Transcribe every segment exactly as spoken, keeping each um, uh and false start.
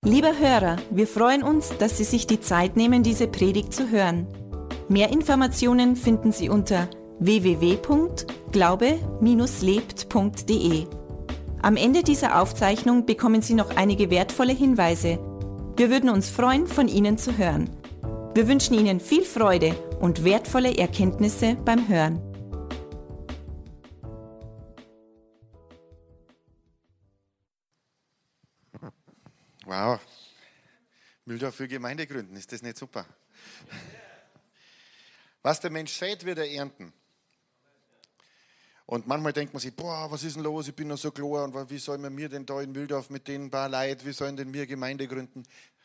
Lieber Hörer, wir freuen uns, dass Sie sich die Zeit nehmen, diese Predigt zu hören. Mehr Informationen finden Sie unter w w w punkt glaube lebt punkt d e. Am Ende dieser Aufzeichnung bekommen Sie noch einige wertvolle Hinweise. Wir würden uns freuen, von Ihnen zu hören. Wir wünschen Ihnen viel Freude und wertvolle Erkenntnisse beim Hören. Wow, Mühldorf will Gemeinde gründen, ist das nicht super? Was der Mensch sät, wird er ernten. Und manchmal denkt man sich, boah, was ist denn los, ich bin noch so klar und wie soll man mir denn da in Mühldorf mit den paar Leuten, wie sollen denn wir Gemeinde gründen?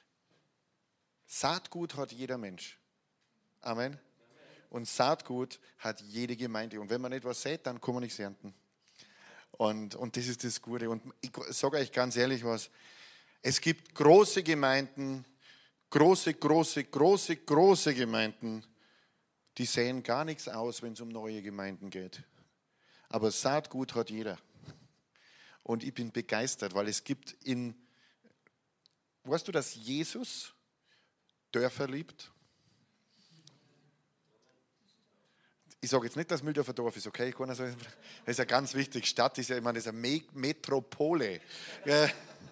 Saatgut hat jeder Mensch. Amen. Und Saatgut hat jede Gemeinde. Und wenn man etwas sät, dann kann man nichts ernten. Und, und das ist das Gute. Und ich sage euch ganz ehrlich was, es gibt große Gemeinden, große, große, große, große Gemeinden, die säen gar nichts aus, wenn es um neue Gemeinden geht. Aber Saatgut hat jeder. Und ich bin begeistert, weil es gibt in, weißt du, dass Jesus Dörfer liebt? Ich sage jetzt nicht, dass Mühldorfer Dorf ist, okay? Ich kann also, das ist ja ganz wichtig. Stadt ist ja, ich meine, das ist eine Metropole. Ja.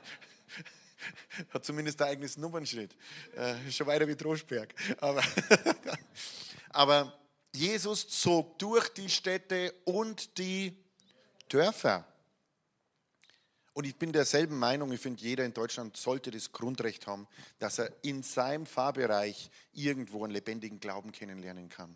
Hat zumindest ein eigenes Nummernschild. Äh, schon weiter wie Droschberg. Aber, aber Jesus zog durch die Städte und die Dörfer. Und ich bin derselben Meinung, ich finde, jeder in Deutschland sollte das Grundrecht haben, dass er in seinem Fahrbereich irgendwo einen lebendigen Glauben kennenlernen kann.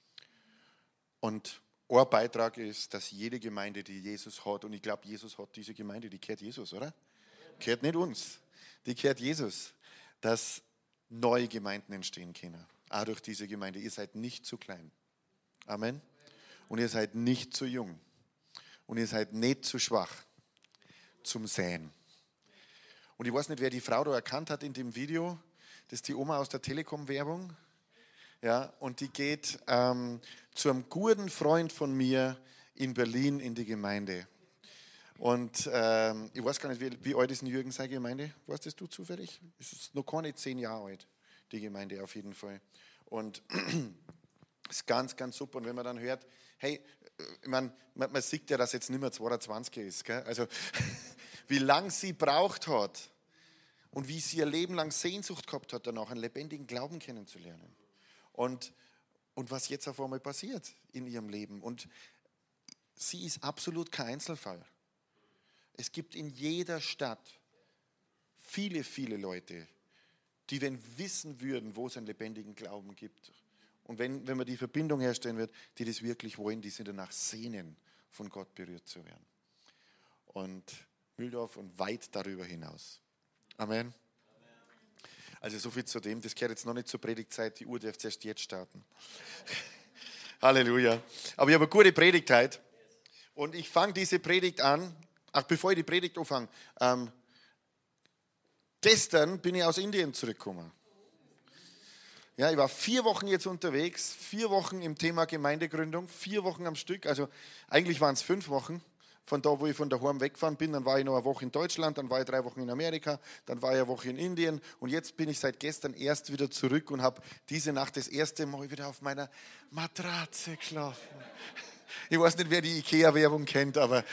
Und ein Beitrag ist, dass jede Gemeinde, die Jesus hat, und ich glaube, Jesus hat diese Gemeinde, die gehört Jesus, oder? Gehört nicht uns. Die gehört Jesus, dass neue Gemeinden entstehen können. Auch durch diese Gemeinde. Ihr seid nicht zu klein. Amen. Und ihr seid nicht zu jung. Und ihr seid nicht zu schwach zum Säen. Und ich weiß nicht, wer die Frau da erkannt hat in dem Video. Das ist die Oma aus der Telekom-Werbung. Ja, und die geht ähm, zu einem guten Freund von mir in Berlin in die Gemeinde. Und ähm, ich weiß gar nicht, wie, wie alt ist denn Jürgen seine Gemeinde? Weißt das du zufällig? Es ist noch keine zehn Jahre alt, die Gemeinde auf jeden Fall. Und es ist ganz, ganz super. Und wenn man dann hört, hey, ich mein, man, man sieht ja, dass jetzt nicht mehr zweiundzwanzig ist. Gell? Also wie lange sie braucht hat und wie sie ihr Leben lang Sehnsucht gehabt hat, danach einen lebendigen Glauben kennenzulernen. Und, und was jetzt auf einmal passiert in ihrem Leben. Und sie ist absolut kein Einzelfall. Es gibt in jeder Stadt viele, viele Leute, die, wenn wissen würden, wo es einen lebendigen Glauben gibt und wenn, wenn man die Verbindung herstellen wird, die das wirklich wollen, die sich danach sehnen, von Gott berührt zu werden. Und Mühldorf und weit darüber hinaus. Amen. Also so viel zu dem, das gehört jetzt noch nicht zur Predigtzeit, die Uhr dürft erst jetzt starten. Halleluja. Aber ich habe eine gute Predigt heute und ich fange diese Predigt an. Ach, bevor ich die Predigt anfange, ähm, gestern bin ich aus Indien zurückgekommen. Ja, ich war vier Wochen jetzt unterwegs, vier Wochen im Thema Gemeindegründung, vier Wochen am Stück, also eigentlich waren es fünf Wochen, von da, wo ich von daheim weggefahren bin, dann war ich noch eine Woche in Deutschland, dann war ich drei Wochen in Amerika, dann war ich eine Woche in Indien und jetzt bin ich seit gestern erst wieder zurück und habe diese Nacht das erste Mal wieder auf meiner Matratze geschlafen. Ich weiß nicht, wer die Ikea-Werbung kennt, aber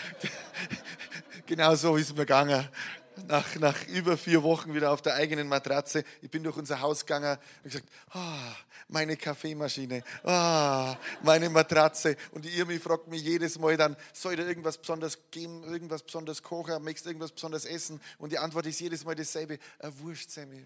genau so ist es mir gegangen. Nach, nach über vier Wochen wieder auf der eigenen Matratze. Ich bin durch unser Haus gegangen und gesagt, oh, meine Kaffeemaschine, oh, meine Matratze. Und die Irmi fragt mich jedes Mal dann, soll ich dir irgendwas Besonderes geben, irgendwas Besonderes kochen, möchtest du irgendwas Besonderes essen? Und die Antwort ist jedes Mal dasselbe, eine Wurstsemmel.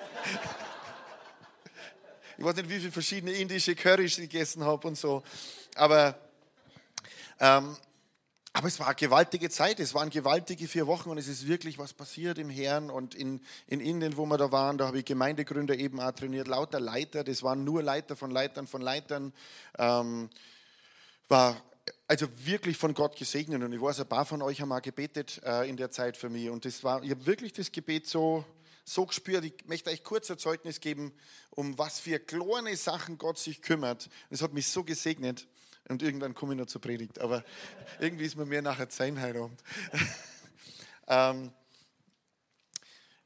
Ich weiß nicht, wie viele verschiedene indische Currys ich gegessen habe und so. Aber Ähm, aber es war eine gewaltige Zeit, es waren gewaltige vier Wochen und es ist wirklich was passiert im Herrn und in, in Indien, wo wir da waren, da habe ich Gemeindegründer eben auch trainiert, lauter Leiter, das waren nur Leiter von Leitern von Leitern, ähm, war also wirklich von Gott gesegnet und ich weiß, ein paar von euch haben auch gebetet äh, in der Zeit für mich und das war, ich habe wirklich das Gebet so, so gespürt, ich möchte euch kurz ein Zeugnis geben, um was für kleine Sachen Gott sich kümmert. Es hat mich so gesegnet. Und irgendwann komme ich noch zur Predigt, aber irgendwie ist mir mehr nachher Zeit heute Abend. ähm,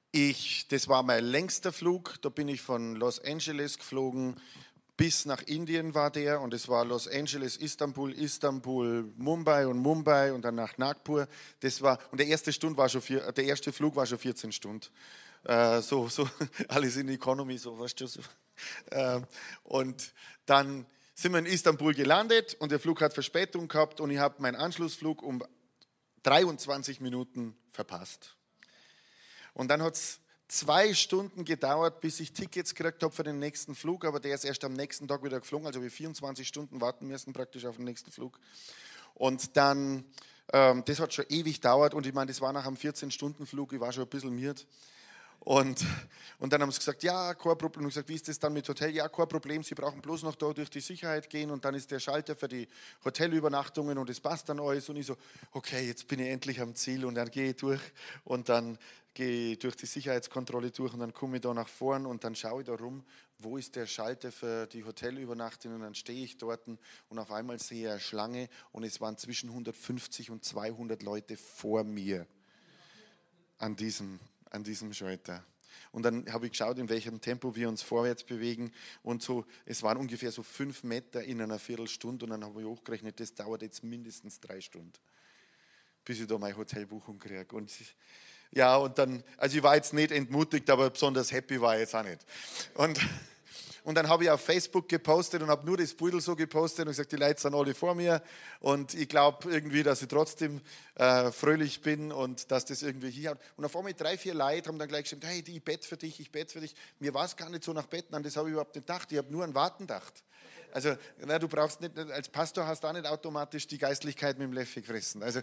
Ich, das war mein längster Flug, da bin ich von Los Angeles geflogen, bis nach Indien war der und es war Los Angeles, Istanbul, Istanbul, Mumbai und Mumbai und dann nach Nagpur. Das war, und der erste, Stund war schon vier, der erste Flug war schon vierzehn Stunden. Äh, so, so, alles in Economy, so, weißt du, so. Äh, und dann sind wir in Istanbul gelandet und der Flug hat Verspätung gehabt und ich habe meinen Anschlussflug um dreiundzwanzig Minuten verpasst. Und dann hat es zwei Stunden gedauert, bis ich Tickets gekriegt habe für den nächsten Flug, aber der ist erst am nächsten Tag wieder geflogen, also wir vierundzwanzig Stunden warten müssen praktisch auf den nächsten Flug. Und dann, ähm, das hat schon ewig gedauert und ich meine, das war nach einem vierzehn-Stunden-Flug, ich war schon ein bisschen miert. Und, und dann haben sie gesagt, ja, kein Problem. Und ich gesagt, wie ist das dann mit Hotel? Ja, kein Problem, Sie brauchen bloß noch da durch die Sicherheit gehen und dann ist der Schalter für die Hotelübernachtungen und es passt dann alles. Und ich so, okay, jetzt bin ich endlich am Ziel und dann gehe ich durch und dann gehe ich durch die Sicherheitskontrolle durch und dann komme ich da nach vorn und dann schaue ich da rum, wo ist der Schalter für die Hotelübernachtungen und dann stehe ich dort und auf einmal sehe ich eine Schlange und es waren zwischen hundertfünfzig und zweihundert Leute vor mir an diesem an diesem Schalter. Und dann habe ich geschaut, in welchem Tempo wir uns vorwärts bewegen und so, es waren ungefähr so fünf Meter in einer Viertelstunde und dann habe ich hochgerechnet, das dauert jetzt mindestens drei Stunden, bis ich da meine Hotelbuchung kriege. Und ja, und dann, also ich war jetzt nicht entmutigt, aber besonders happy war ich jetzt auch nicht. Und Und dann habe ich auf Facebook gepostet und habe nur das Bild so gepostet und gesagt, die Leute sind alle vor mir und ich glaube irgendwie, dass ich trotzdem äh, fröhlich bin und dass das irgendwie hier hat. Und auf einmal drei, vier Leute haben dann gleich gesagt, hey, ich bett für dich, ich bett für dich. Mir war es gar nicht so nach Betten an, das habe ich überhaupt nicht gedacht. Ich habe nur an Warten gedacht. Also, na, du brauchst nicht, als Pastor hast du auch nicht automatisch die Geistlichkeit mit dem Löffel gefressen. Also,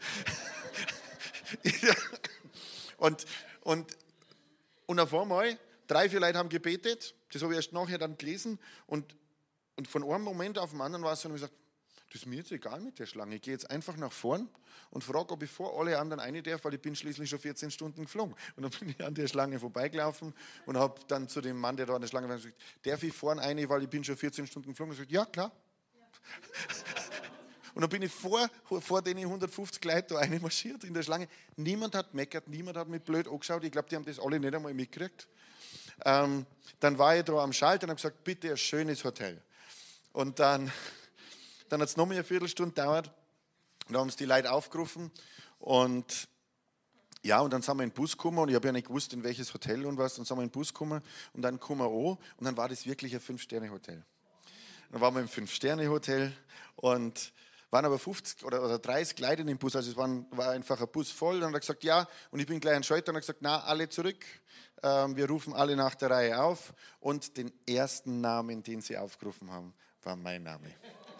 und, und, und auf einmal, drei, vier Leute haben gebetet, das habe ich erst nachher dann gelesen und, und von einem Moment auf den anderen war es so, und ich gesagt, das ist mir jetzt egal mit der Schlange, ich gehe jetzt einfach nach vorn und frage, ob ich vor alle anderen rein darf, weil ich bin schließlich schon vierzehn Stunden geflogen. Und dann bin ich an der Schlange vorbeigelaufen und habe dann zu dem Mann, der da an der Schlange war, gesagt, darf ich vorne rein, weil ich bin schon vierzehn Stunden geflogen? Und er sagt, ja, klar. Ja. Und dann bin ich vor, vor den hundertfünfzig Leuten da reinmarschiert in der Schlange. Niemand hat meckert, niemand hat mich blöd angeschaut, ich glaube, die haben das alle nicht einmal mitgekriegt. Ähm, dann war ich da am Schalter und habe gesagt, bitte ein schönes Hotel. Und dann, dann hat es noch mal eine Viertelstunde gedauert. Und dann haben es die Leute aufgerufen. Und ja, und dann sind wir in den Bus gekommen und ich habe ja nicht gewusst, in welches Hotel und was. Dann sind wir in den Bus gekommen und dann kommen wir an und dann war das wirklich ein Fünf-Sterne-Hotel. Dann waren wir im Fünf-Sterne-Hotel und waren aber fünfzig oder, oder dreißig Leute in dem Bus, also es waren, war einfach ein Bus voll. Dann hat er gesagt, ja, und ich bin gleich an den Schalter und habe gesagt, na, alle zurück. Ähm, wir rufen alle nach der Reihe auf und den ersten Namen, den sie aufgerufen haben, war mein Name.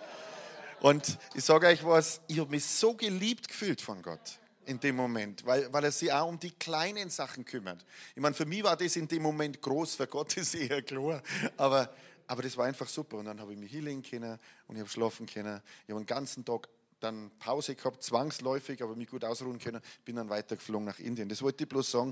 Und ich sage euch was, ich habe mich so geliebt gefühlt von Gott in dem Moment, weil, weil er sich auch um die kleinen Sachen kümmert. Ich meine, für mich war das in dem Moment groß, für Gott ist eher klar, aber Aber das war einfach super. Und dann habe ich mich hinlegen können und ich habe schlafen können. Ich habe den ganzen Tag dann Pause gehabt, zwangsläufig, aber mich gut ausruhen können. Bin dann weitergeflogen nach Indien. Das wollte ich bloß sagen.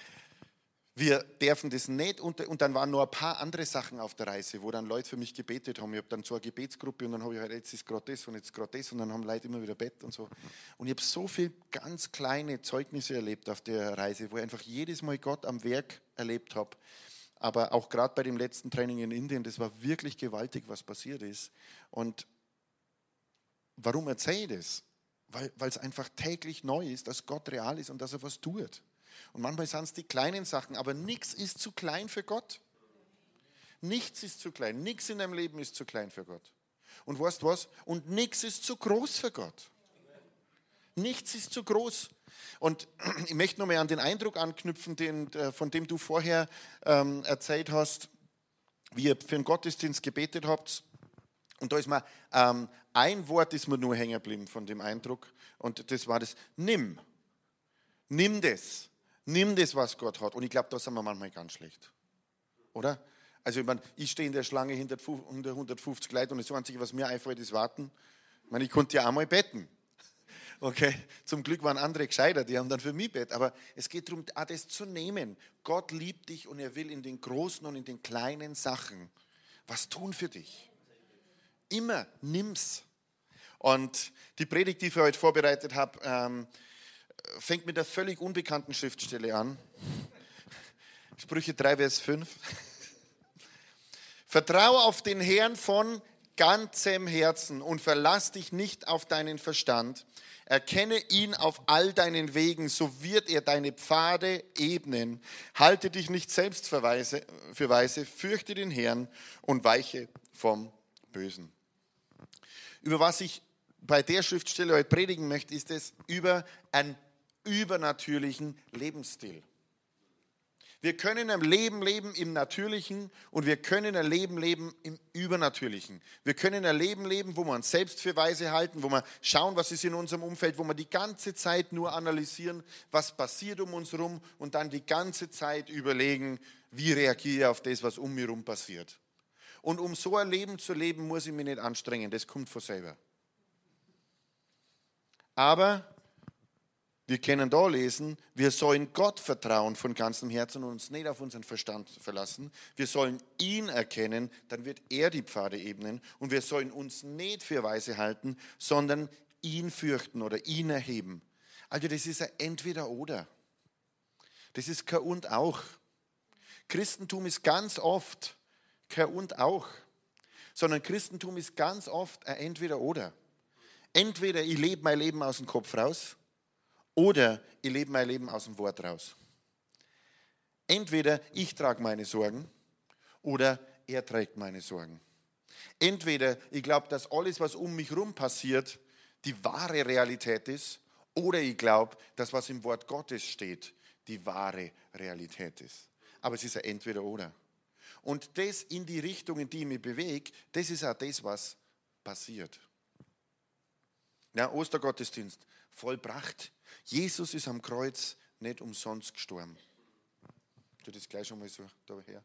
Wir dürfen das nicht. Unter und dann waren noch ein paar andere Sachen auf der Reise, wo dann Leute für mich gebetet haben. Ich habe dann so eine Gebetsgruppe und dann habe ich halt, jetzt ist gerade das und jetzt gerade das und dann haben Leute immer wieder Bett und so. Und ich habe so viele ganz kleine Zeugnisse erlebt auf der Reise, wo ich einfach jedes Mal Gott am Werk erlebt habe. Aber auch gerade bei dem letzten Training in Indien, das war wirklich gewaltig, was passiert ist. Und warum erzähle ich das? Weil, weil es einfach täglich neu ist, dass Gott real ist und dass er was tut. Und manchmal sind es die kleinen Sachen, aber nichts ist zu klein für Gott. Nichts ist zu klein. Nichts in deinem Leben ist zu klein für Gott. Und weißt du was? Und nichts ist zu groß für Gott. Nichts ist zu groß. Und ich möchte noch mal an den Eindruck anknüpfen, den, von dem du vorher ähm, erzählt hast, wie ihr für den Gottesdienst gebetet habt. Und da ist mir ähm, ein Wort ist mir nur hängen geblieben von dem Eindruck. Und das war das, nimm. Nimm das. Nimm das, was Gott hat. Und ich glaube, da sind wir manchmal ganz schlecht. Oder? Also ich meine, ich stehe in der Schlange hinter hundertfünfzig Leuten und das Einzige, was mir einfällt, ist warten. Ich meine, ich konnte ja einmal beten. Okay, zum Glück waren andere gescheiter, die haben dann für mich bett. Aber es geht darum, auch das zu nehmen. Gott liebt dich und er will in den großen und in den kleinen Sachen was tun für dich. Immer nimm's. Und die Predigt, die ich für heute vorbereitet habe, ähm, fängt mit einer völlig unbekannten Schriftstelle an. Sprüche drei, Vers fünf. Vertraue auf den Herrn von ganzem Herzen und verlass dich nicht auf deinen Verstand. Erkenne ihn auf all deinen Wegen, so wird er deine Pfade ebnen. Halte dich nicht selbst für weise, für weise, fürchte den Herrn und weiche vom Bösen. Über was ich bei der Schriftstelle heute predigen möchte, ist es über einen übernatürlichen Lebensstil. Wir können ein Leben leben im Natürlichen und wir können ein Leben leben im Übernatürlichen. Wir können ein Leben leben, wo wir uns selbst für weise halten, wo wir schauen, was ist in unserem Umfeld, wo wir die ganze Zeit nur analysieren, was passiert um uns herum und dann die ganze Zeit überlegen, wie reagiere ich auf das, was um mich herum passiert. Und um so ein Leben zu leben, muss ich mich nicht anstrengen, das kommt von selber. Aber wir können da lesen, wir sollen Gott vertrauen von ganzem Herzen und uns nicht auf unseren Verstand verlassen. Wir sollen ihn erkennen, dann wird er die Pfade ebnen. Und wir sollen uns nicht für weise halten, sondern ihn fürchten oder ihn erheben. Also das ist ein Entweder-Oder. Das ist kein Und auch. Christentum ist ganz oft kein Und auch, sondern Christentum ist ganz oft ein Entweder-Oder. Entweder ich lebe mein Leben aus dem Kopf raus, oder ich lebe mein Leben aus dem Wort raus. Entweder ich trage meine Sorgen oder er trägt meine Sorgen. Entweder ich glaube, dass alles, was um mich herum passiert, die wahre Realität ist, oder ich glaube, dass was im Wort Gottes steht, die wahre Realität ist. Aber es ist ein Entweder-Oder. Und das in die Richtung, in die ich mich bewege, das ist auch das, was passiert. Ja, Ostergottesdienst, vollbracht. Jesus ist am Kreuz nicht umsonst gestorben. Tu das gleich schon mal so daher.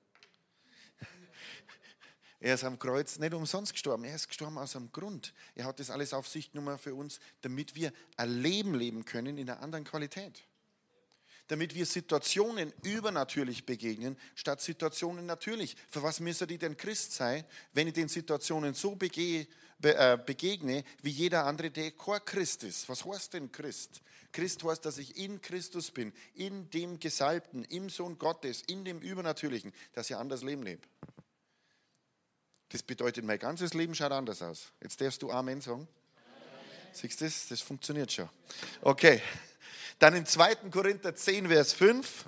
Er ist am Kreuz nicht umsonst gestorben. Er ist gestorben aus einem Grund. Er hat das alles auf sich genommen für uns, damit wir ein Leben leben können in einer anderen Qualität. Damit wir Situationen übernatürlich begegnen, statt Situationen natürlich. Für was müsste ich denn Christ sein, wenn ich den Situationen so begehe, be, äh, begegne, wie jeder andere, der kein Christ ist? Was heißt denn Christ? Christ heißt, dass ich in Christus bin, in dem Gesalbten, im Sohn Gottes, in dem Übernatürlichen, dass ich anders Leben lebe. Das bedeutet, mein ganzes Leben schaut anders aus. Jetzt darfst du Amen sagen. Amen. Siehst du das? Das funktioniert schon. Okay. Dann im zweiten Korinther zehn, Vers fünf.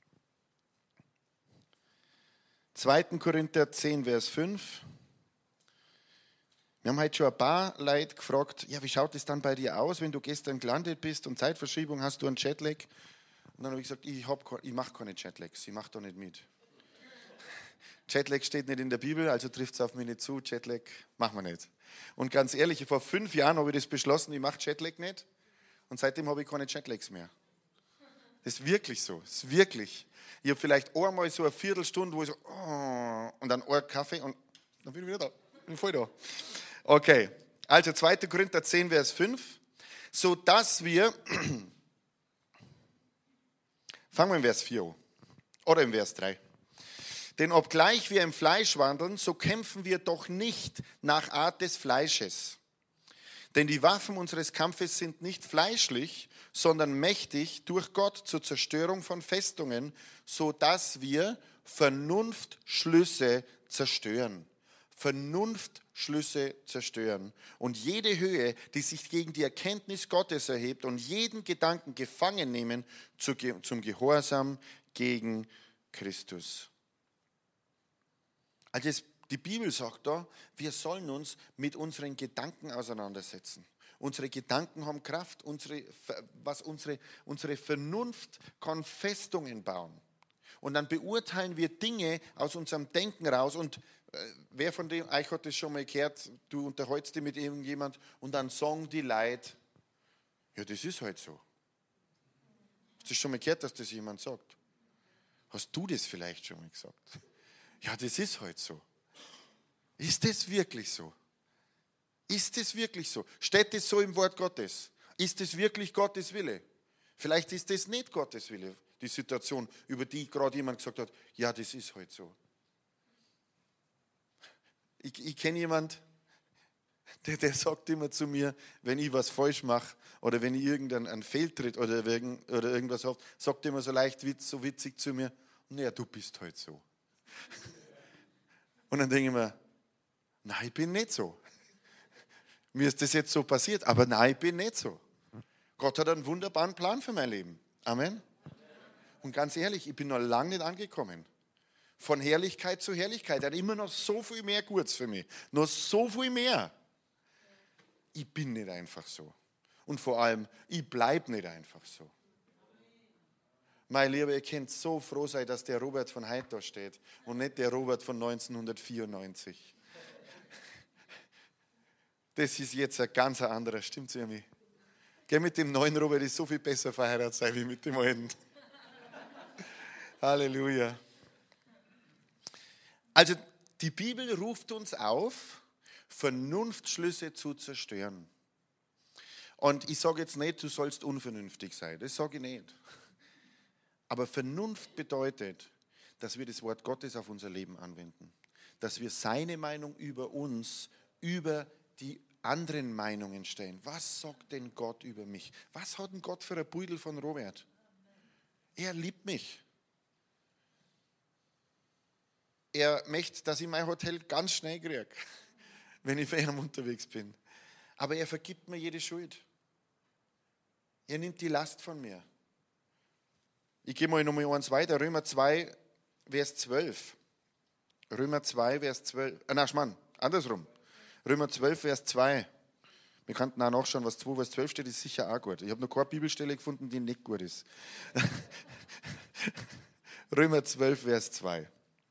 zweiten Korinther zehn, Vers fünf. Wir haben heute schon ein paar Leute gefragt, ja, wie schaut es dann bei dir aus, wenn du gestern gelandet bist und Zeitverschiebung hast, du einen Jetlag? Und dann habe ich gesagt, ich, ich mache keine Jetlags, ich mache da nicht mit. Jetlag steht nicht in der Bibel, also trifft es auf mich nicht zu, Jetlag machen wir nicht. Und ganz ehrlich, vor fünf Jahren habe ich das beschlossen, ich mache Jetlag nicht. Und seitdem habe ich keine Jetlags mehr. Das ist wirklich so. Das ist wirklich. Ich habe vielleicht einmal so eine Viertelstunde, wo ich so, oh, und dann einen Kaffee und dann bin ich wieder da. Bin voll da. Okay, also zweiter Korinther zehn, Vers fünf. So dass wir, fangen wir im Vers vier an. Oder im Vers drei. Denn obgleich wir im Fleisch wandeln, so kämpfen wir doch nicht nach Art des Fleisches. Denn die Waffen unseres Kampfes sind nicht fleischlich, sondern mächtig durch Gott zur Zerstörung von Festungen, so dass wir Vernunftschlüsse zerstören. Vernunftschlüsse zerstören. Und jede Höhe, die sich gegen die Erkenntnis Gottes erhebt und jeden Gedanken gefangen nehmen zum Gehorsam gegen Christus. Also es Die Bibel sagt da, wir sollen uns mit unseren Gedanken auseinandersetzen. Unsere Gedanken haben Kraft, unsere, was unsere, unsere Vernunft kann Festungen bauen. Und dann beurteilen wir Dinge aus unserem Denken raus. Und äh, wer von dem, euch hat das schon mal gehört, du unterhältst dich mit irgendjemand und dann sagen die Leute, ja, das ist halt so. Hast du schon mal gehört, dass das jemand sagt? Hast du das vielleicht schon mal gesagt? Ja, das ist halt so. Ist das wirklich so? Ist das wirklich so? Steht das so im Wort Gottes? Ist das wirklich Gottes Wille? Vielleicht ist das nicht Gottes Wille, die Situation, über die gerade jemand gesagt hat, ja, das ist halt so. Ich, ich kenne jemanden, der, der sagt immer zu mir, wenn ich was falsch mache oder wenn ich irgendeinen einen Fehltritt oder, oder irgendwas habe, sagt er immer so leicht, so witzig zu mir, naja, du bist halt so. Und dann denke ich mir, nein, ich bin nicht so. Mir ist das jetzt so passiert, aber nein, ich bin nicht so. Gott hat einen wunderbaren Plan für mein Leben. Amen. Und ganz ehrlich, ich bin noch lange nicht angekommen. Von Herrlichkeit zu Herrlichkeit. Er hat immer noch so viel mehr Gutes für mich. Noch so viel mehr. Ich bin nicht einfach so. Und vor allem, ich bleibe nicht einfach so. Mein Lieber, ihr könnt so froh sein, dass der Robert von heute da steht und nicht der Robert von neunzehnhundertvierundneunzig. Das ist jetzt ein ganz anderer, stimmt's ja mir? Gell, mit dem neuen Robert ist so viel besser verheiratet sein wie mit dem alten. Halleluja. Also die Bibel ruft uns auf, Vernunftschlüsse zu zerstören. Und ich sage jetzt nicht, du sollst unvernünftig sein, das sage ich nicht. Aber Vernunft bedeutet, dass wir das Wort Gottes auf unser Leben anwenden. Dass wir seine Meinung über uns, über die anderen Meinungen stellen. Was sagt denn Gott über mich? Was hat denn Gott für ein Beutel von Robert? Er liebt mich. Er möchte, dass ich mein Hotel ganz schnell kriege, wenn ich für ihn unterwegs bin. Aber er vergibt mir jede Schuld. Er nimmt die Last von mir. Ich gehe mal nochmal eins weiter. Römer zwei, Vers zwölf. Römer zwei, Vers zwölf. Ah, nein, Schmarrn, andersrum. Römer zwölf, Vers zwei. Wir könnten auch nachschauen, was zwei, Vers zwölf steht, ist sicher auch gut. Ich habe noch keine Bibelstelle gefunden, die nicht gut ist. Römer zwölf, Vers zwei.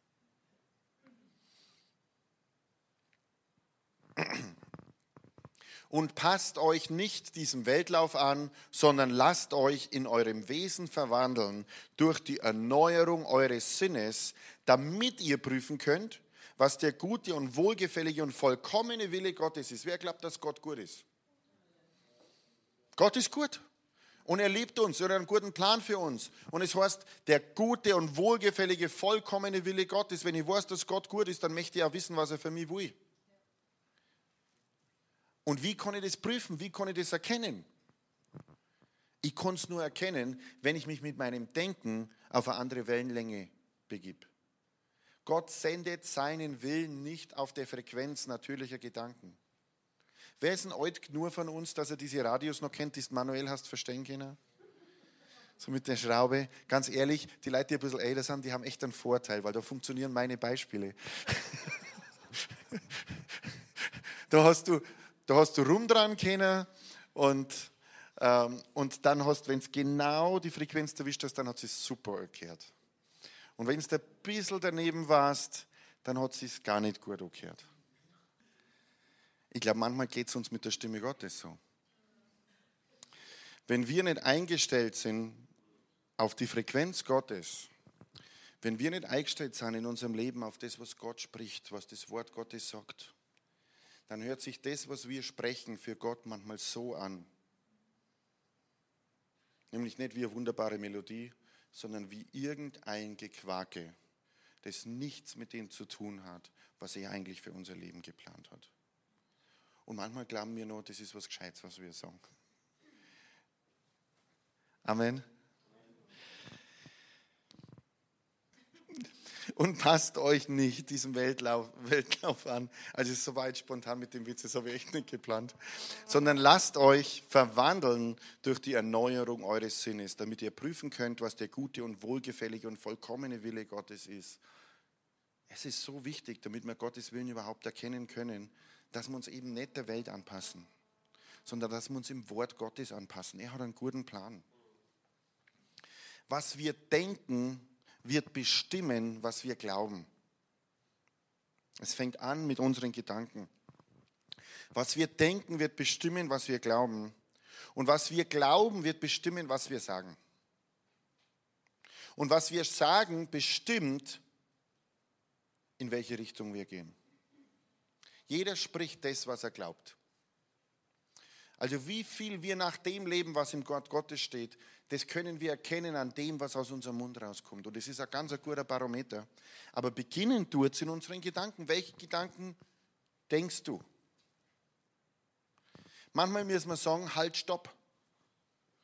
Und passt euch nicht diesem Weltlauf an, sondern lasst euch in eurem Wesen verwandeln durch die Erneuerung eures Sinnes, damit ihr prüfen könnt, was der gute und wohlgefällige und vollkommene Wille Gottes ist. Wer glaubt, dass Gott gut ist? Gott ist gut. Und er liebt uns, er hat einen guten Plan für uns. Und es heißt, der gute und wohlgefällige, vollkommene Wille Gottes. Wenn ich weiß, dass Gott gut ist, dann möchte ich auch wissen, was er für mich will. Und wie kann ich das prüfen? Wie kann ich das erkennen? Ich kann es nur erkennen, wenn ich mich mit meinem Denken auf eine andere Wellenlänge begib. Gott sendet seinen Willen nicht auf der Frequenz natürlicher Gedanken. Wer ist denn alt genug von uns, dass er diese Radios noch kennt, die du manuell hast verstehen können? So mit der Schraube. Ganz ehrlich, die Leute, die ein bisschen älter sind, die haben echt einen Vorteil, weil da funktionieren meine Beispiele. Da hast du... Da hast du rum dran können und, ähm, und dann hast, wenn es genau die Frequenz erwischt hast, dann hat es super erklärt. Und wenn du ein bisschen daneben warst, dann hat es gar nicht gut erklärt. Ich glaube, manchmal geht es uns mit der Stimme Gottes so. Wenn wir nicht eingestellt sind auf die Frequenz Gottes, wenn wir nicht eingestellt sind in unserem Leben auf das, was Gott spricht, was das Wort Gottes sagt, dann hört sich das, was wir sprechen, für Gott manchmal so an. Nämlich nicht wie eine wunderbare Melodie, sondern wie irgendein Gequake, das nichts mit dem zu tun hat, was er eigentlich für unser Leben geplant hat. Und manchmal glauben wir nur, das ist was Gescheites, was wir sagen. Amen. Und passt euch nicht diesem Weltlauf, Weltlauf an. Also es ist soweit spontan mit dem Witz, das habe ich echt nicht geplant. Sondern lasst euch verwandeln durch die Erneuerung eures Sinnes, damit ihr prüfen könnt, was der gute und wohlgefällige und vollkommene Wille Gottes ist. Es ist so wichtig, damit wir Gottes Willen überhaupt erkennen können, dass wir uns eben nicht der Welt anpassen, sondern dass wir uns im Wort Gottes anpassen. Er hat einen guten Plan. Was wir denken, wird bestimmen, was wir glauben. Es fängt an mit unseren Gedanken. Was wir denken, wird bestimmen, was wir glauben. Und was wir glauben, wird bestimmen, was wir sagen. Und was wir sagen, bestimmt, in welche Richtung wir gehen. Jeder spricht das, was er glaubt. Also wie viel wir nach dem leben, was im Wort Gottes steht, das können wir erkennen an dem, was aus unserem Mund rauskommt. Und das ist ein ganz ein guter Barometer. Aber beginnen tut es in unseren Gedanken. Welche Gedanken denkst du? Manchmal müssen wir sagen, halt, stopp.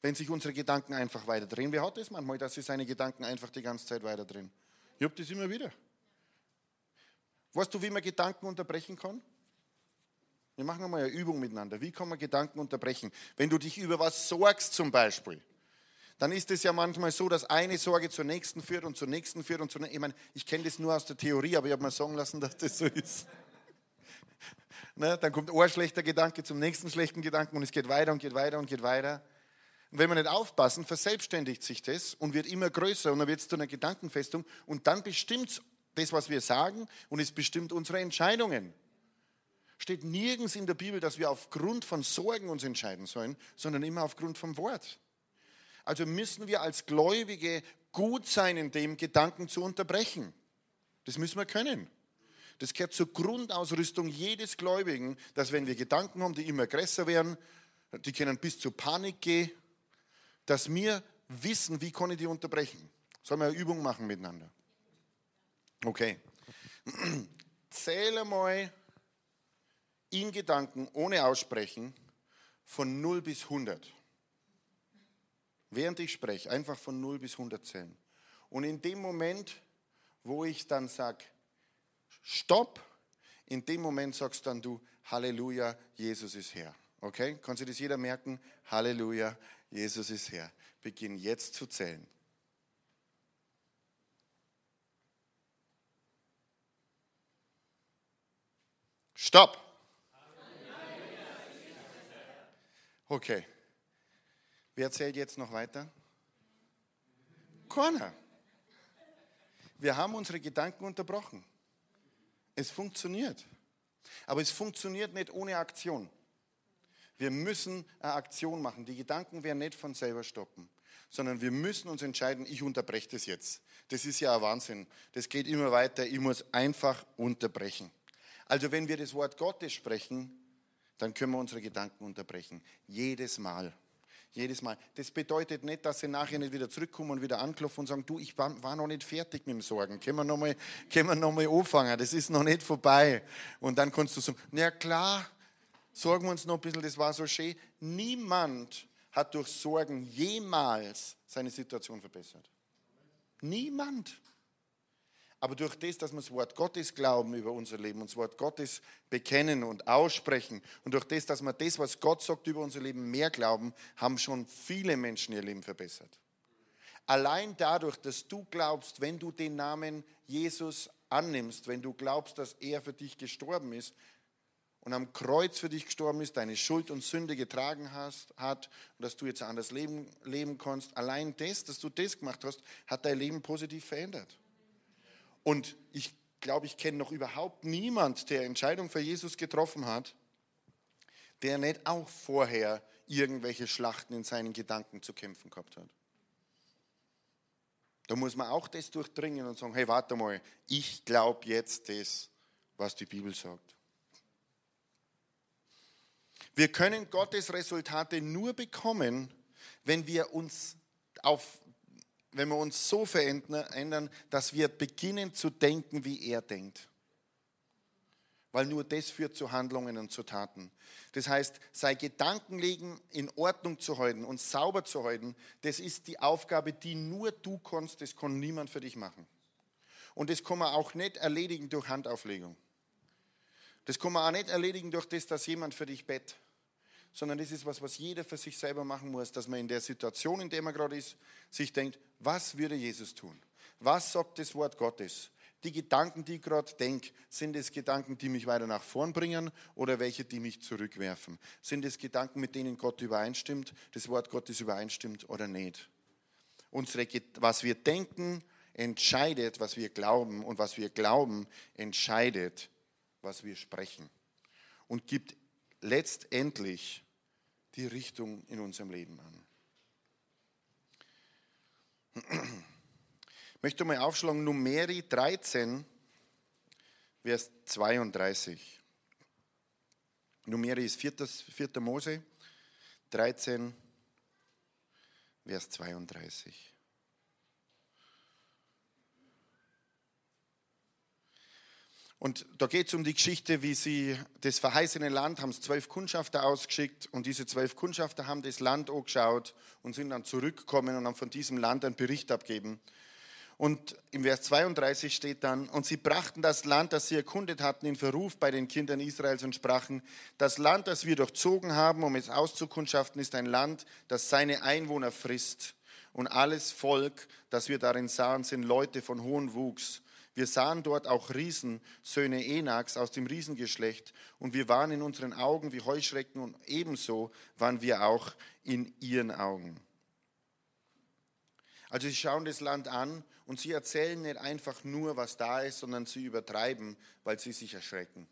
wenn sich unsere Gedanken einfach weiterdrehen. Wer hat das manchmal, dass sich seine Gedanken einfach die ganze Zeit weiterdrehen? Ich habe das immer wieder. Weißt du, wie man Gedanken unterbrechen kann? Wir machen einmal eine Übung miteinander. Wie kann man Gedanken unterbrechen? Wenn du dich über was sorgst zum Beispiel, dann ist es ja manchmal so, dass eine Sorge zur nächsten führt und zur nächsten führt und zur nächsten. Ich meine, ich kenne das nur aus der Theorie, aber ich habe mir sagen lassen, dass das so ist. Ne? Dann kommt ein schlechter Gedanke zum nächsten schlechten Gedanken und es geht weiter und geht weiter und geht weiter. Und wenn wir nicht aufpassen, verselbstständigt sich das und wird immer größer und dann wird es zu einer Gedankenfestung und dann bestimmt es das, was wir sagen und es bestimmt unsere Entscheidungen. Steht nirgends in der Bibel, dass wir aufgrund von Sorgen uns entscheiden sollen, sondern immer aufgrund vom Wort. Also müssen wir als Gläubige gut sein, in dem Gedanken zu unterbrechen. Das müssen wir können. Das gehört zur Grundausrüstung jedes Gläubigen, dass wenn wir Gedanken haben, die immer größer werden, die können bis zur Panik gehen, dass wir wissen, wie kann ich die unterbrechen. Sollen wir eine Übung machen miteinander? Okay. Zähle mal in Gedanken ohne Aussprechen von null bis hundert. Während ich spreche, einfach von null bis hundert zählen. Und in dem Moment, wo ich dann sage, Stopp, in dem Moment sagst dann du, Halleluja, Jesus ist Herr. Okay? Kann sich das jeder merken? Halleluja, Jesus ist Herr. Beginn jetzt zu zählen. Stopp. Okay. Wer zählt jetzt noch weiter? Keiner. Wir haben unsere Gedanken unterbrochen. Es funktioniert. Aber es funktioniert nicht ohne Aktion. Wir müssen eine Aktion machen. Die Gedanken werden nicht von selber stoppen, sondern wir müssen uns entscheiden, ich unterbreche das jetzt. Das ist ja ein Wahnsinn. Das geht immer weiter. Ich muss einfach unterbrechen. Also wenn wir das Wort Gottes sprechen, dann können wir unsere Gedanken unterbrechen. Jedes Mal. Jedes Mal. Das bedeutet nicht, dass sie nachher nicht wieder zurückkommen und wieder anklopfen und sagen, du, ich war, war noch nicht fertig mit dem Sorgen. Können wir nochmal noch mal anfangen? Das ist noch nicht vorbei. Und dann kannst du sagen, na klar, sorgen wir uns noch ein bisschen, das war so schön. Niemand hat durch Sorgen jemals seine Situation verbessert. Niemand. Aber durch das, dass wir das Wort Gottes glauben über unser Leben und das Wort Gottes bekennen und aussprechen und durch das, dass wir das, was Gott sagt über unser Leben, mehr glauben, haben schon viele Menschen ihr Leben verbessert. Allein dadurch, dass du glaubst, wenn du den Namen Jesus annimmst, wenn du glaubst, dass er für dich gestorben ist und am Kreuz für dich gestorben ist, deine Schuld und Sünde getragen hast, hat und dass du jetzt ein anderes Leben leben kannst, allein das, dass du das gemacht hast, hat dein Leben positiv verändert. Und ich glaube, ich kenne noch überhaupt niemand, der Entscheidung für Jesus getroffen hat, der nicht auch vorher irgendwelche Schlachten in seinen Gedanken zu kämpfen gehabt hat. Da muss man auch das durchdringen und sagen, hey, warte mal, ich glaube jetzt das, was die Bibel sagt. Wir können Gottes Resultate nur bekommen, wenn wir uns auf wenn wir uns so verändern, dass wir beginnen zu denken, wie er denkt. Weil nur das führt zu Handlungen und zu Taten. Das heißt, sein Gedankenleben in Ordnung zu halten und sauber zu halten, das ist die Aufgabe, die nur du kannst, das kann niemand für dich machen. Und das kann man auch nicht erledigen durch Handauflegung. Das kann man auch nicht erledigen durch das, dass jemand für dich bettet. Sondern das ist was, was jeder für sich selber machen muss, dass man in der Situation, in der man gerade ist, sich denkt, was würde Jesus tun? Was sagt das Wort Gottes? Die Gedanken, die ich gerade denke, sind es Gedanken, die mich weiter nach vorn bringen oder welche, die mich zurückwerfen? Sind es Gedanken, mit denen Gott übereinstimmt, das Wort Gottes übereinstimmt oder nicht? Unsere, was wir denken, entscheidet, was wir glauben und was wir glauben, entscheidet, was wir sprechen und gibt letztendlich die Richtung in unserem Leben an. Ich möchte mal aufschlagen, Numeri dreizehn, Vers zweiunddreißig. Numeri ist vierter Mose, dreizehn, Vers zweiunddreißig. Und da geht es um die Geschichte, wie sie das verheißene Land, haben es zwölf Kundschafter ausgeschickt und diese zwölf Kundschafter haben das Land angeschaut und sind dann zurückgekommen und haben von diesem Land einen Bericht abgegeben. Und im Vers zweiunddreißig steht dann, und sie brachten das Land, das sie erkundet hatten, in Verruf bei den Kindern Israels und sprachen, das Land, das wir durchzogen haben, um es auszukundschaften, ist ein Land, das seine Einwohner frisst. Und alles Volk, das wir darin sahen, sind Leute von hohem Wuchs. Wir sahen dort auch Riesen, Söhne Enaks aus dem Riesengeschlecht, und wir waren in unseren Augen wie Heuschrecken und ebenso waren wir auch in ihren Augen. Also sie schauen das Land an und sie erzählen nicht einfach nur, was da ist, sondern sie übertreiben, weil sie sich erschrecken.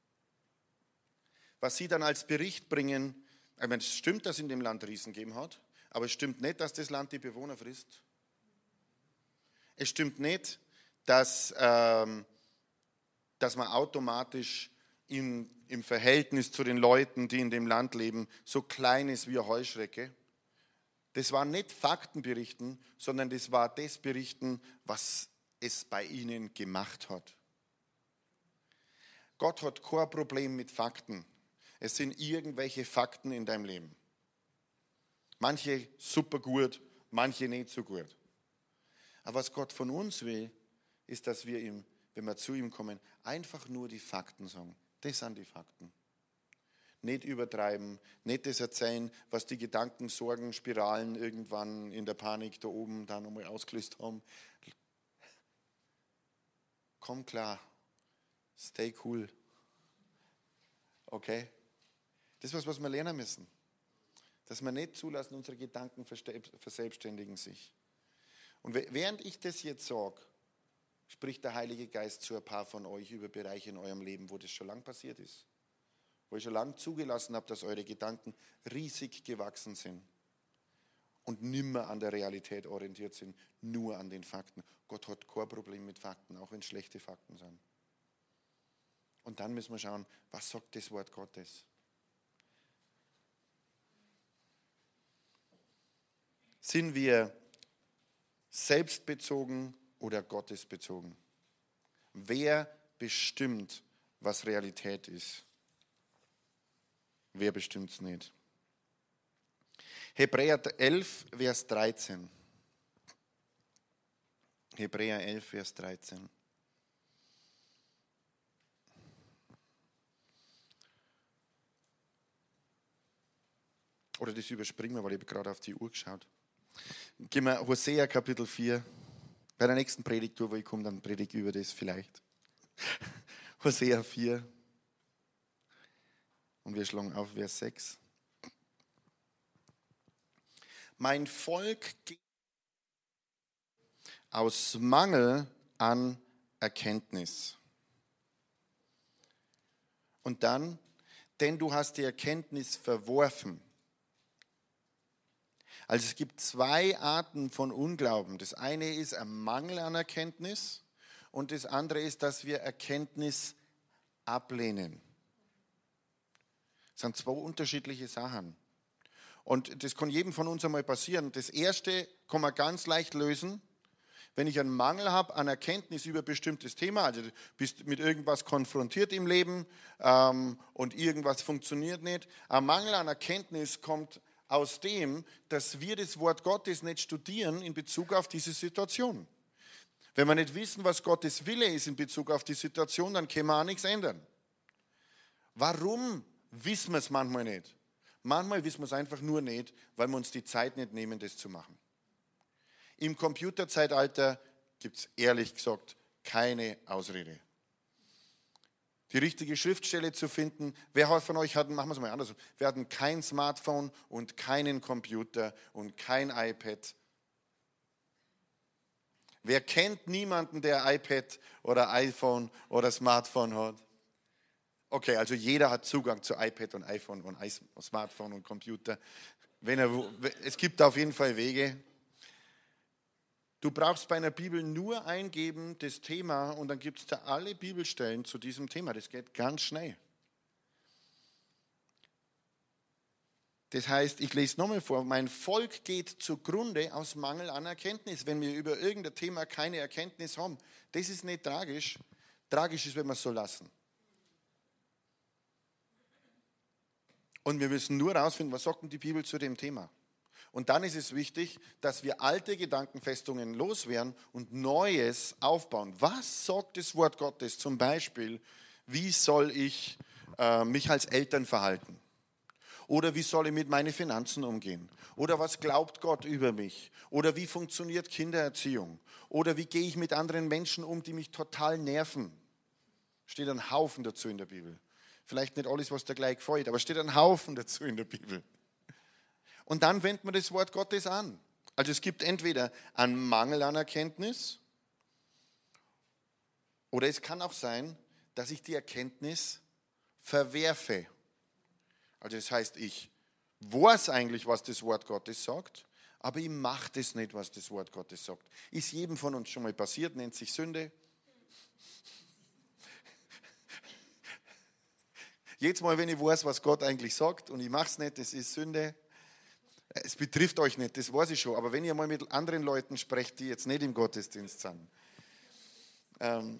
Was sie dann als Bericht bringen, ich meine, es stimmt, dass es in dem Land Riesen gegeben hat, aber es stimmt nicht, dass das Land die Bewohner frisst. Es stimmt nicht, dass, ähm, dass man automatisch in, im Verhältnis zu den Leuten, die in dem Land leben, so klein ist wie eine Heuschrecke. Das war nicht Faktenberichten, sondern das war das Berichten, was es bei ihnen gemacht hat. Gott hat kein Problem mit Fakten. Es sind irgendwelche Fakten in deinem Leben. Manche super gut, manche nicht so gut. Aber was Gott von uns will, ist, dass wir ihm, wenn wir zu ihm kommen, einfach nur die Fakten sagen. Das sind die Fakten. Nicht übertreiben, nicht das erzählen, was die Gedanken, Sorgen, Spiralen irgendwann in der Panik da oben dann einmal ausgelöst haben. Komm klar, stay cool. Okay? Das ist was, was wir lernen müssen. Dass wir nicht zulassen, unsere Gedanken verselbstständigen sich. Und während ich das jetzt sage, spricht der Heilige Geist zu ein paar von euch über Bereiche in eurem Leben, wo das schon lange passiert ist. Wo ich schon lange zugelassen habe, dass eure Gedanken riesig gewachsen sind und nimmer an der Realität orientiert sind, nur an den Fakten. Gott hat kein Problem mit Fakten, auch wenn es schlechte Fakten sind. Und dann müssen wir schauen, was sagt das Wort Gottes? Sind wir selbstbezogen oder gottesbezogen? Wer bestimmt, was Realität ist? Wer bestimmt es nicht? Hebräer elf, Vers dreizehn. Hebräer elf, Vers dreizehn. Oder das überspringen wir, weil ich habe gerade auf die Uhr geschaut. Gehen wir Hosea Kapitel vier. Bei der nächsten Predigt, wo ich komme, dann predige ich über das vielleicht. Hosea vier. Und wir schlagen auf Vers sechs. Mein Volk geht aus Mangel an Erkenntnis. Und dann, denn du hast die Erkenntnis verworfen. Also es gibt zwei Arten von Unglauben. Das eine ist ein Mangel an Erkenntnis und das andere ist, dass wir Erkenntnis ablehnen. Das sind zwei unterschiedliche Sachen. Und das kann jedem von uns einmal passieren. Das erste kann man ganz leicht lösen. Wenn ich einen Mangel habe an Erkenntnis über ein bestimmtes Thema, also du bist mit irgendwas konfrontiert im Leben ähm, und irgendwas funktioniert nicht. Ein Mangel an Erkenntnis kommt aus dem, dass wir das Wort Gottes nicht studieren in Bezug auf diese Situation. Wenn wir nicht wissen, was Gottes Wille ist in Bezug auf die Situation, dann können wir auch nichts ändern. Warum wissen wir es manchmal nicht? Manchmal wissen wir es einfach nur nicht, weil wir uns die Zeit nicht nehmen, das zu machen. Im Computerzeitalter gibt es ehrlich gesagt keine Ausrede. Die richtige Schriftstelle zu finden, wer von euch hat, machen wir es mal anders, wir hatten kein Smartphone und keinen Computer und kein iPad. Wer kennt niemanden, der iPad oder iPhone oder Smartphone hat? Okay, also jeder hat Zugang zu iPad und iPhone und Smartphone und Computer. Wenn er, es gibt auf jeden Fall Wege. Du brauchst bei einer Bibel nur eingeben, das Thema, und dann gibt es da alle Bibelstellen zu diesem Thema. Das geht ganz schnell. Das heißt, ich lese nochmal vor, mein Volk geht zugrunde aus Mangel an Erkenntnis. Wenn wir über irgendein Thema keine Erkenntnis haben, das ist nicht tragisch, tragisch ist, wenn wir es so lassen. Und wir müssen nur herausfinden, was sagt denn die Bibel zu dem Thema. Und dann ist es wichtig, dass wir alte Gedankenfestungen loswerden und Neues aufbauen. Was sagt das Wort Gottes zum Beispiel? Wie soll ich äh, mich als Eltern verhalten? Oder wie soll ich mit meinen Finanzen umgehen? Oder was glaubt Gott über mich? Oder wie funktioniert Kindererziehung? Oder wie gehe ich mit anderen Menschen um, die mich total nerven? Steht ein Haufen dazu in der Bibel. Vielleicht nicht alles, was dir gleich gefällt, aber steht ein Haufen dazu in der Bibel. Und dann wendet man das Wort Gottes an. Also es gibt entweder einen Mangel an Erkenntnis oder es kann auch sein, dass ich die Erkenntnis verwerfe. Also das heißt, ich weiß eigentlich, was das Wort Gottes sagt, aber ich mache das nicht, was das Wort Gottes sagt. Ist jedem von uns schon mal passiert, nennt sich Sünde. Jedes Mal, wenn ich weiß, was Gott eigentlich sagt und ich mache es nicht, das ist Sünde. Es betrifft euch nicht, das weiß ich schon, aber wenn ihr mal mit anderen Leuten sprecht, die jetzt nicht im Gottesdienst sind, ähm,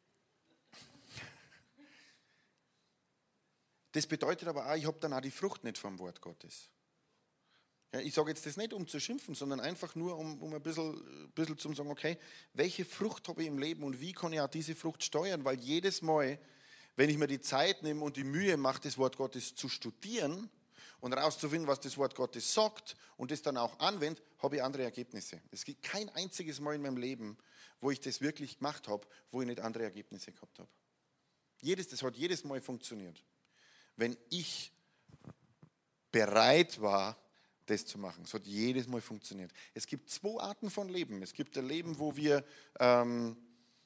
das bedeutet aber auch, ich habe dann auch die Frucht nicht vom Wort Gottes. Ja, ich sage jetzt das nicht, um zu schimpfen, sondern einfach nur, um, um ein bisschen, ein bisschen zu sagen, okay, welche Frucht habe ich im Leben und wie kann ich auch diese Frucht steuern? Weil jedes Mal, wenn ich mir die Zeit nehme und die Mühe mache, das Wort Gottes zu studieren und herauszufinden, was das Wort Gottes sagt und das dann auch anwende, habe ich andere Ergebnisse. Es gibt kein einziges Mal in meinem Leben, wo ich das wirklich gemacht habe, wo ich nicht andere Ergebnisse gehabt habe. Jedes, das hat jedes Mal funktioniert. Wenn ich bereit war, das zu machen. Es hat jedes Mal funktioniert. Es gibt zwei Arten von Leben. Es gibt ein Leben, wo wir, ähm,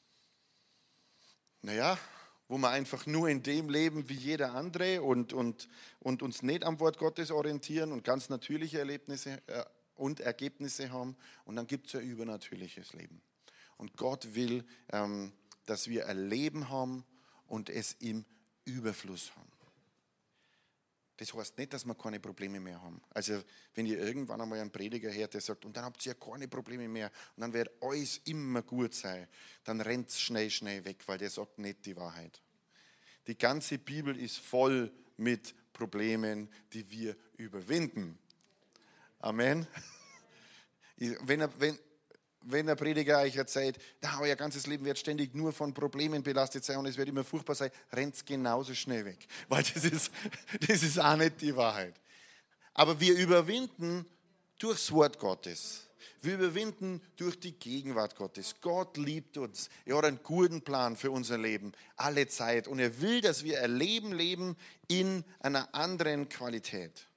naja, wo wir einfach nur in dem leben wie jeder andere und, und, und uns nicht am Wort Gottes orientieren und ganz natürliche Erlebnisse äh, und Ergebnisse haben. Und dann gibt es ein übernatürliches Leben. Und Gott will, ähm, dass wir ein Leben haben und es im Überfluss haben. Das heißt nicht, dass wir keine Probleme mehr haben. Also wenn ihr irgendwann einmal einen Prediger hört, der sagt, und dann habt ihr ja keine Probleme mehr und dann wird alles immer gut sein, dann rennt es schnell, schnell weg, weil der sagt nicht die Wahrheit. Die ganze Bibel ist voll mit Problemen, die wir überwinden. Amen. Wenn, er, wenn, wenn der Prediger euch erzählt, na, euer ganzes Leben wird ständig nur von Problemen belastet sein und es wird immer furchtbar sein, rennt es genauso schnell weg. Weil das ist, das ist auch nicht die Wahrheit. Aber wir überwinden durchs Wort Gottes. Wir überwinden durch die Gegenwart Gottes. Gott liebt uns. Er hat einen guten Plan für unser Leben, alle Zeit. Und er will, dass wir ein Leben leben in einer anderen Qualität.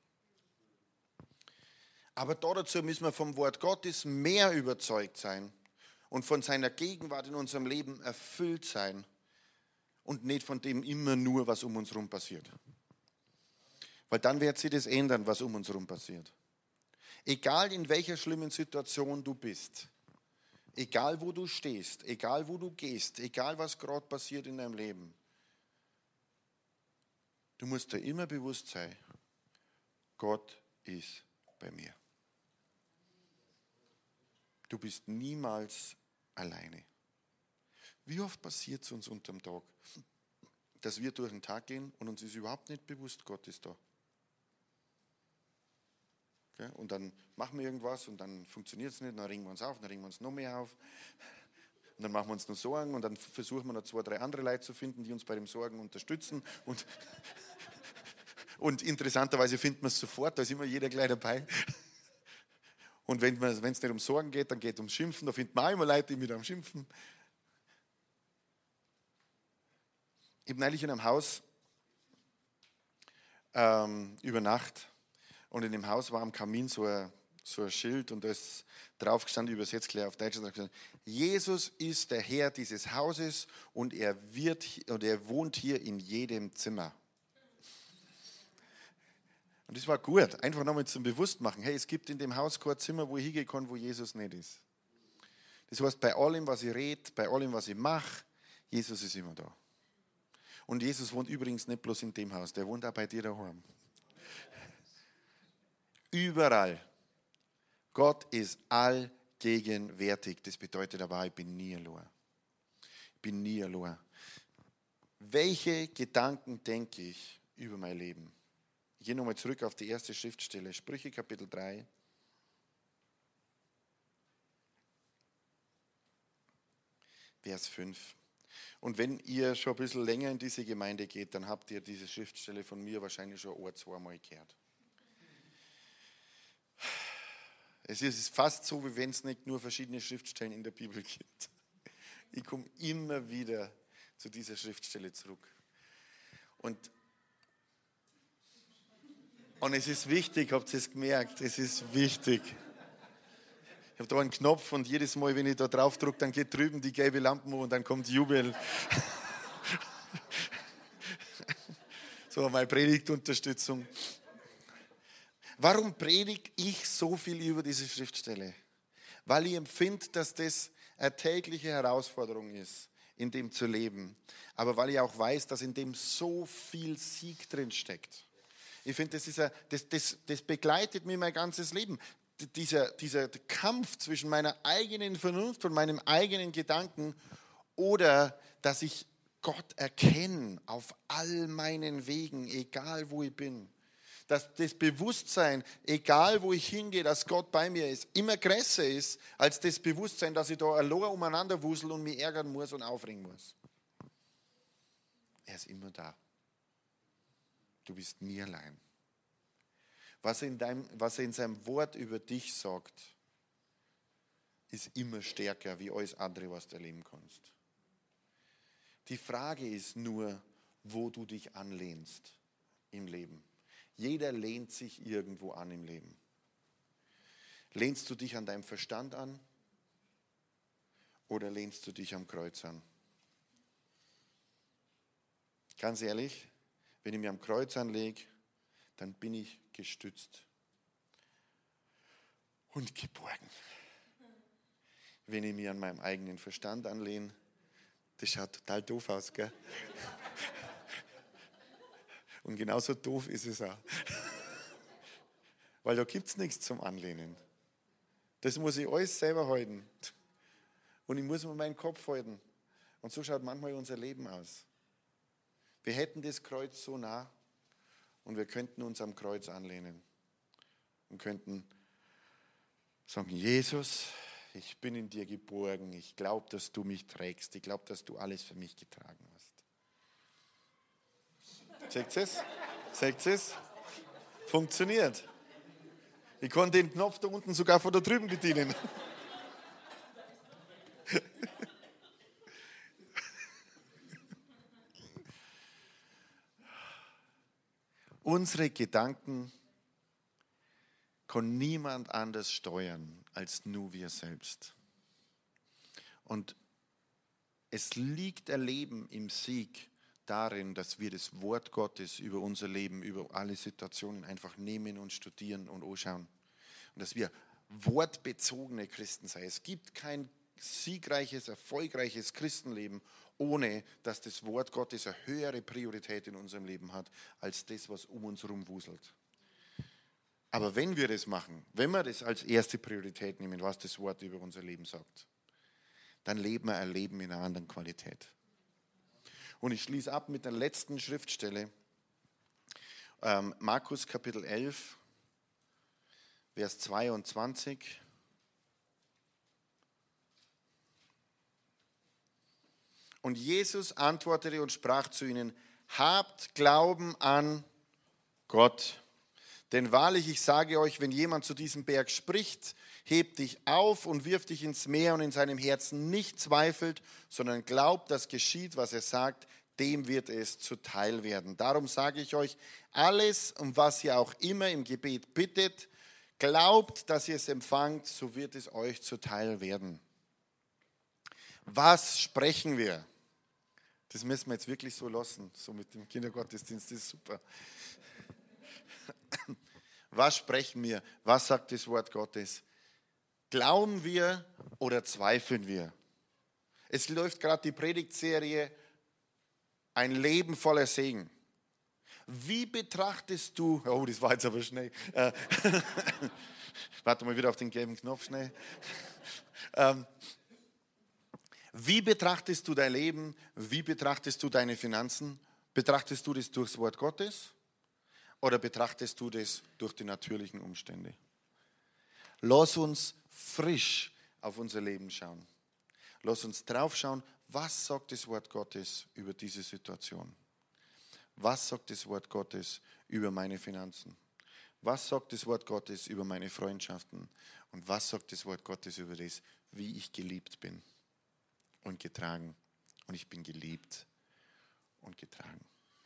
Aber dazu müssen wir vom Wort Gottes mehr überzeugt sein und von seiner Gegenwart in unserem Leben erfüllt sein und nicht von dem immer nur, was um uns herum passiert. Weil dann wird sich das ändern, was um uns herum passiert. Egal in welcher schlimmen Situation du bist, egal wo du stehst, egal wo du gehst, egal was gerade passiert in deinem Leben, du musst dir immer bewusst sein, Gott ist bei mir. Du bist niemals alleine. Wie oft passiert es uns unterm Tag, dass wir durch den Tag gehen und uns ist überhaupt nicht bewusst, Gott ist da. Okay? Und dann machen wir irgendwas und dann funktioniert es nicht, dann ringen wir uns auf, dann ringen wir uns noch mehr auf. Und dann machen wir uns noch Sorgen und dann versuchen wir noch zwei, drei andere Leute zu finden, die uns bei dem Sorgen unterstützen. Und, und interessanterweise finden wir es sofort, da ist immer jeder gleich dabei. Und wenn es nicht um Sorgen geht, dann geht es ums Schimpfen. Da findet man auch immer Leute, die mit am Schimpfen. Ich habe neulich in einem Haus ähm, über Nacht und in dem Haus war am Kamin so ein, so ein Schild und da ist drauf gestanden, übersetzt gleich auf Deutsch, und da gesagt, Jesus ist der Herr dieses Hauses und er, wird, und er wohnt hier in jedem Zimmer. Und das war gut, einfach nochmal zum Bewusstmachen. Hey, es gibt in dem Haus kein Zimmer, wo ich hingehen kann, wo Jesus nicht ist. Das heißt, bei allem, was ich rede, bei allem, was ich mache, Jesus ist immer da. Und Jesus wohnt übrigens nicht bloß in dem Haus, der wohnt auch bei dir daheim. Überall. Gott ist allgegenwärtig. Das bedeutet aber, ich bin nie allein. bin nie allein. Welche Gedanken denke ich über mein Leben? Ich gehe nochmal zurück auf die erste Schriftstelle, Sprüche Kapitel drei. Vers fünf. Und wenn ihr schon ein bisschen länger in diese Gemeinde geht, dann habt ihr diese Schriftstelle von mir wahrscheinlich schon ein, zweimal gehört. Es ist fast so, wie wenn es nicht nur verschiedene Schriftstellen in der Bibel gibt. Ich komme immer wieder zu dieser Schriftstelle zurück. Und, und es ist wichtig, habt ihr es gemerkt, es ist wichtig. Ich habe da einen Knopf und jedes Mal, wenn ich da drauf drücke, dann geht drüben die gelbe Lampe und dann kommt Jubel. So, meine Predigtunterstützung. Warum predige ich so viel über diese Schriftstelle? Weil ich empfinde, dass das eine tägliche Herausforderung ist, in dem zu leben. Aber weil ich auch weiß, dass in dem so viel Sieg drin steckt. Ich finde, das, ist ein, das, das, das begleitet mir mein ganzes Leben. Dieser, dieser Kampf zwischen meiner eigenen Vernunft und meinem eigenen Gedanken oder dass ich Gott erkenne auf all meinen Wegen, egal wo ich bin. Dass das Bewusstsein, egal wo ich hingehe, dass Gott bei mir ist, immer größer ist, als das Bewusstsein, dass ich da allein umeinander wusel und mich ärgern muss und aufregen muss. Er ist immer da. Du bist nie allein. Was er, in deinem, was er in seinem Wort über dich sagt, ist immer stärker wie alles andere, was du erleben kannst. Die Frage ist nur, wo du dich anlehnst im Leben. Jeder lehnt sich irgendwo an im Leben. Lehnst du dich an deinem Verstand an oder lehnst du dich am Kreuz an? Ganz ehrlich, wenn ich mich am Kreuz anlege, dann bin ich gestützt und geborgen. Wenn ich mich an meinem eigenen Verstand anlehne, das schaut total doof aus, gell? Und genauso doof ist es auch. Weil da gibt es nichts zum Anlehnen. Das muss ich alles selber halten. Und ich muss mir meinen Kopf halten. Und so schaut manchmal unser Leben aus. Wir hätten das Kreuz so nah und wir könnten uns am Kreuz anlehnen. Und könnten sagen, Jesus, ich bin in dir geborgen. Ich glaube, dass du mich trägst. Ich glaube, dass du alles für mich getragen hast. Seht ihr es? Seht ihr es? Funktioniert. Ich kann den Knopf da unten sogar von da drüben bedienen. Unsere Gedanken kann niemand anders steuern als nur wir selbst. Und es liegt ein Leben im Sieg darin, dass wir das Wort Gottes über unser Leben, über alle Situationen einfach nehmen und studieren und anschauen. Und dass wir wortbezogene Christen sein. Es gibt kein siegreiches, erfolgreiches Christenleben, ohne dass das Wort Gottes eine höhere Priorität in unserem Leben hat, als das, was um uns herum wuselt. Aber wenn wir das machen, wenn wir das als erste Priorität nehmen, was das Wort über unser Leben sagt, dann leben wir ein Leben in einer anderen Qualität. Und ich schließe ab mit der letzten Schriftstelle, ähm, Markus Kapitel elf, Vers zweiundzwanzig. Und Jesus antwortete und sprach zu ihnen, habt Glauben an Gott. Denn wahrlich, ich sage euch, wenn jemand zu diesem Berg spricht, hebt dich auf und wirft dich ins Meer und in seinem Herzen nicht zweifelt, sondern glaubt, dass geschieht, was er sagt, dem wird es zuteil werden. Darum sage ich euch, alles, um was ihr auch immer im Gebet bittet, glaubt, dass ihr es empfangt, so wird es euch zuteil werden. Was sprechen wir? Das müssen wir jetzt wirklich so lassen, so mit dem Kindergottesdienst, das ist super. Was sprechen wir? Was sagt das Wort Gottes? Glauben wir oder zweifeln wir? Es läuft gerade die Predigtserie Ein Leben voller Segen. Wie betrachtest du, oh, das war jetzt aber schnell. Äh, warte mal wieder auf den gelben Knopf schnell. Ähm, Wie betrachtest du dein Leben? Wie betrachtest du deine Finanzen? Betrachtest du das durchs Wort Gottes oder betrachtest du das durch die natürlichen Umstände? Lass uns frisch auf unser Leben schauen. Lass uns drauf schauen, was sagt das Wort Gottes über diese Situation? Was sagt das Wort Gottes über meine Finanzen? Was sagt das Wort Gottes über meine Freundschaften? Und was sagt das Wort Gottes über das, wie ich geliebt bin und getragen? Und ich bin geliebt und getragen.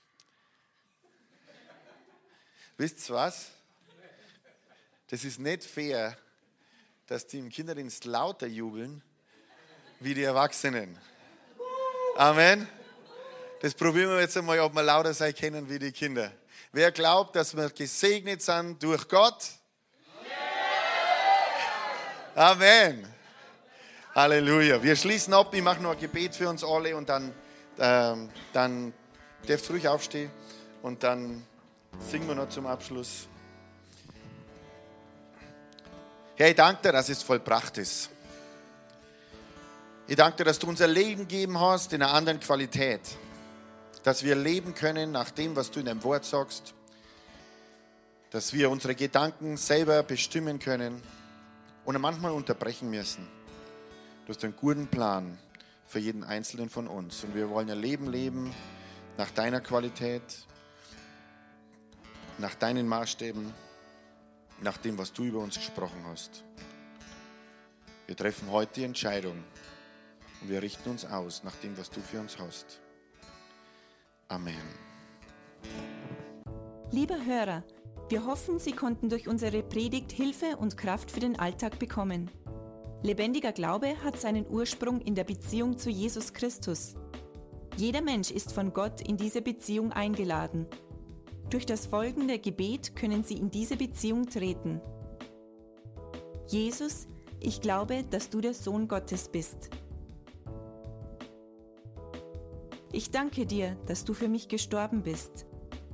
Wisst ihr was? Das ist nicht fair, dass die im Kinderdienst lauter jubeln wie die Erwachsenen. Amen. Das probieren wir jetzt einmal, ob wir lauter sein können wie die Kinder. Wer glaubt, dass wir gesegnet sind durch Gott? Amen. Halleluja. Wir schließen ab. Ich mache noch ein Gebet für uns alle und dann, ähm, dann dürft ihr ruhig aufstehen und dann singen wir noch zum Abschluss. Herr, ich danke dir, dass es vollbracht ist. Ich danke dir, dass du unser Leben gegeben hast in einer anderen Qualität. Dass wir leben können nach dem, was du in deinem Wort sagst. Dass wir unsere Gedanken selber bestimmen können und manchmal unterbrechen müssen. Du hast einen guten Plan für jeden Einzelnen von uns. Und wir wollen ein Leben leben nach deiner Qualität, nach deinen Maßstäben, nach dem, was du über uns gesprochen hast. Wir treffen heute die Entscheidung und wir richten uns aus nach dem, was du für uns hast. Amen. Lieber Hörer, wir hoffen, Sie konnten durch unsere Predigt Hilfe und Kraft für den Alltag bekommen. Lebendiger Glaube hat seinen Ursprung in der Beziehung zu Jesus Christus. Jeder Mensch ist von Gott in diese Beziehung eingeladen. Durch das folgende Gebet können Sie in diese Beziehung treten. Jesus, ich glaube, dass du der Sohn Gottes bist. Ich danke dir, dass du für mich gestorben bist.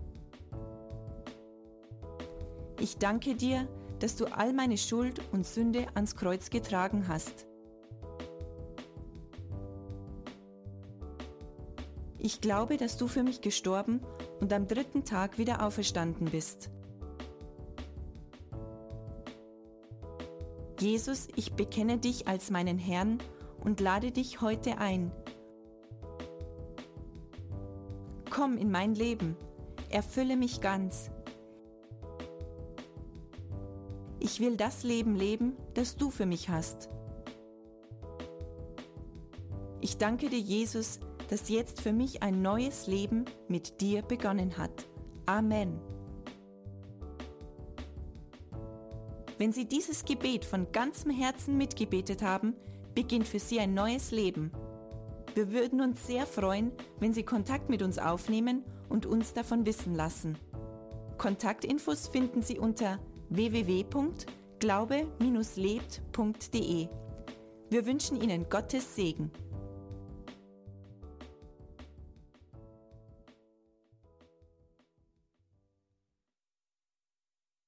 Ich danke dir, dass du all meine Schuld und Sünde ans Kreuz getragen hast. Ich glaube, dass du für mich gestorben und am dritten Tag wieder auferstanden bist. Jesus, ich bekenne dich als meinen Herrn und lade dich heute ein. Komm in mein Leben, erfülle mich ganz. Ich will das Leben leben, das du für mich hast. Ich danke dir, Jesus, dass jetzt für mich ein neues Leben mit dir begonnen hat. Amen. Wenn Sie dieses Gebet von ganzem Herzen mitgebetet haben, beginnt für Sie ein neues Leben. Wir würden uns sehr freuen, wenn Sie Kontakt mit uns aufnehmen und uns davon wissen lassen. Kontaktinfos finden Sie unter w w w punkt glaube Bindestrich lebt punkt de. Wir wünschen Ihnen Gottes Segen.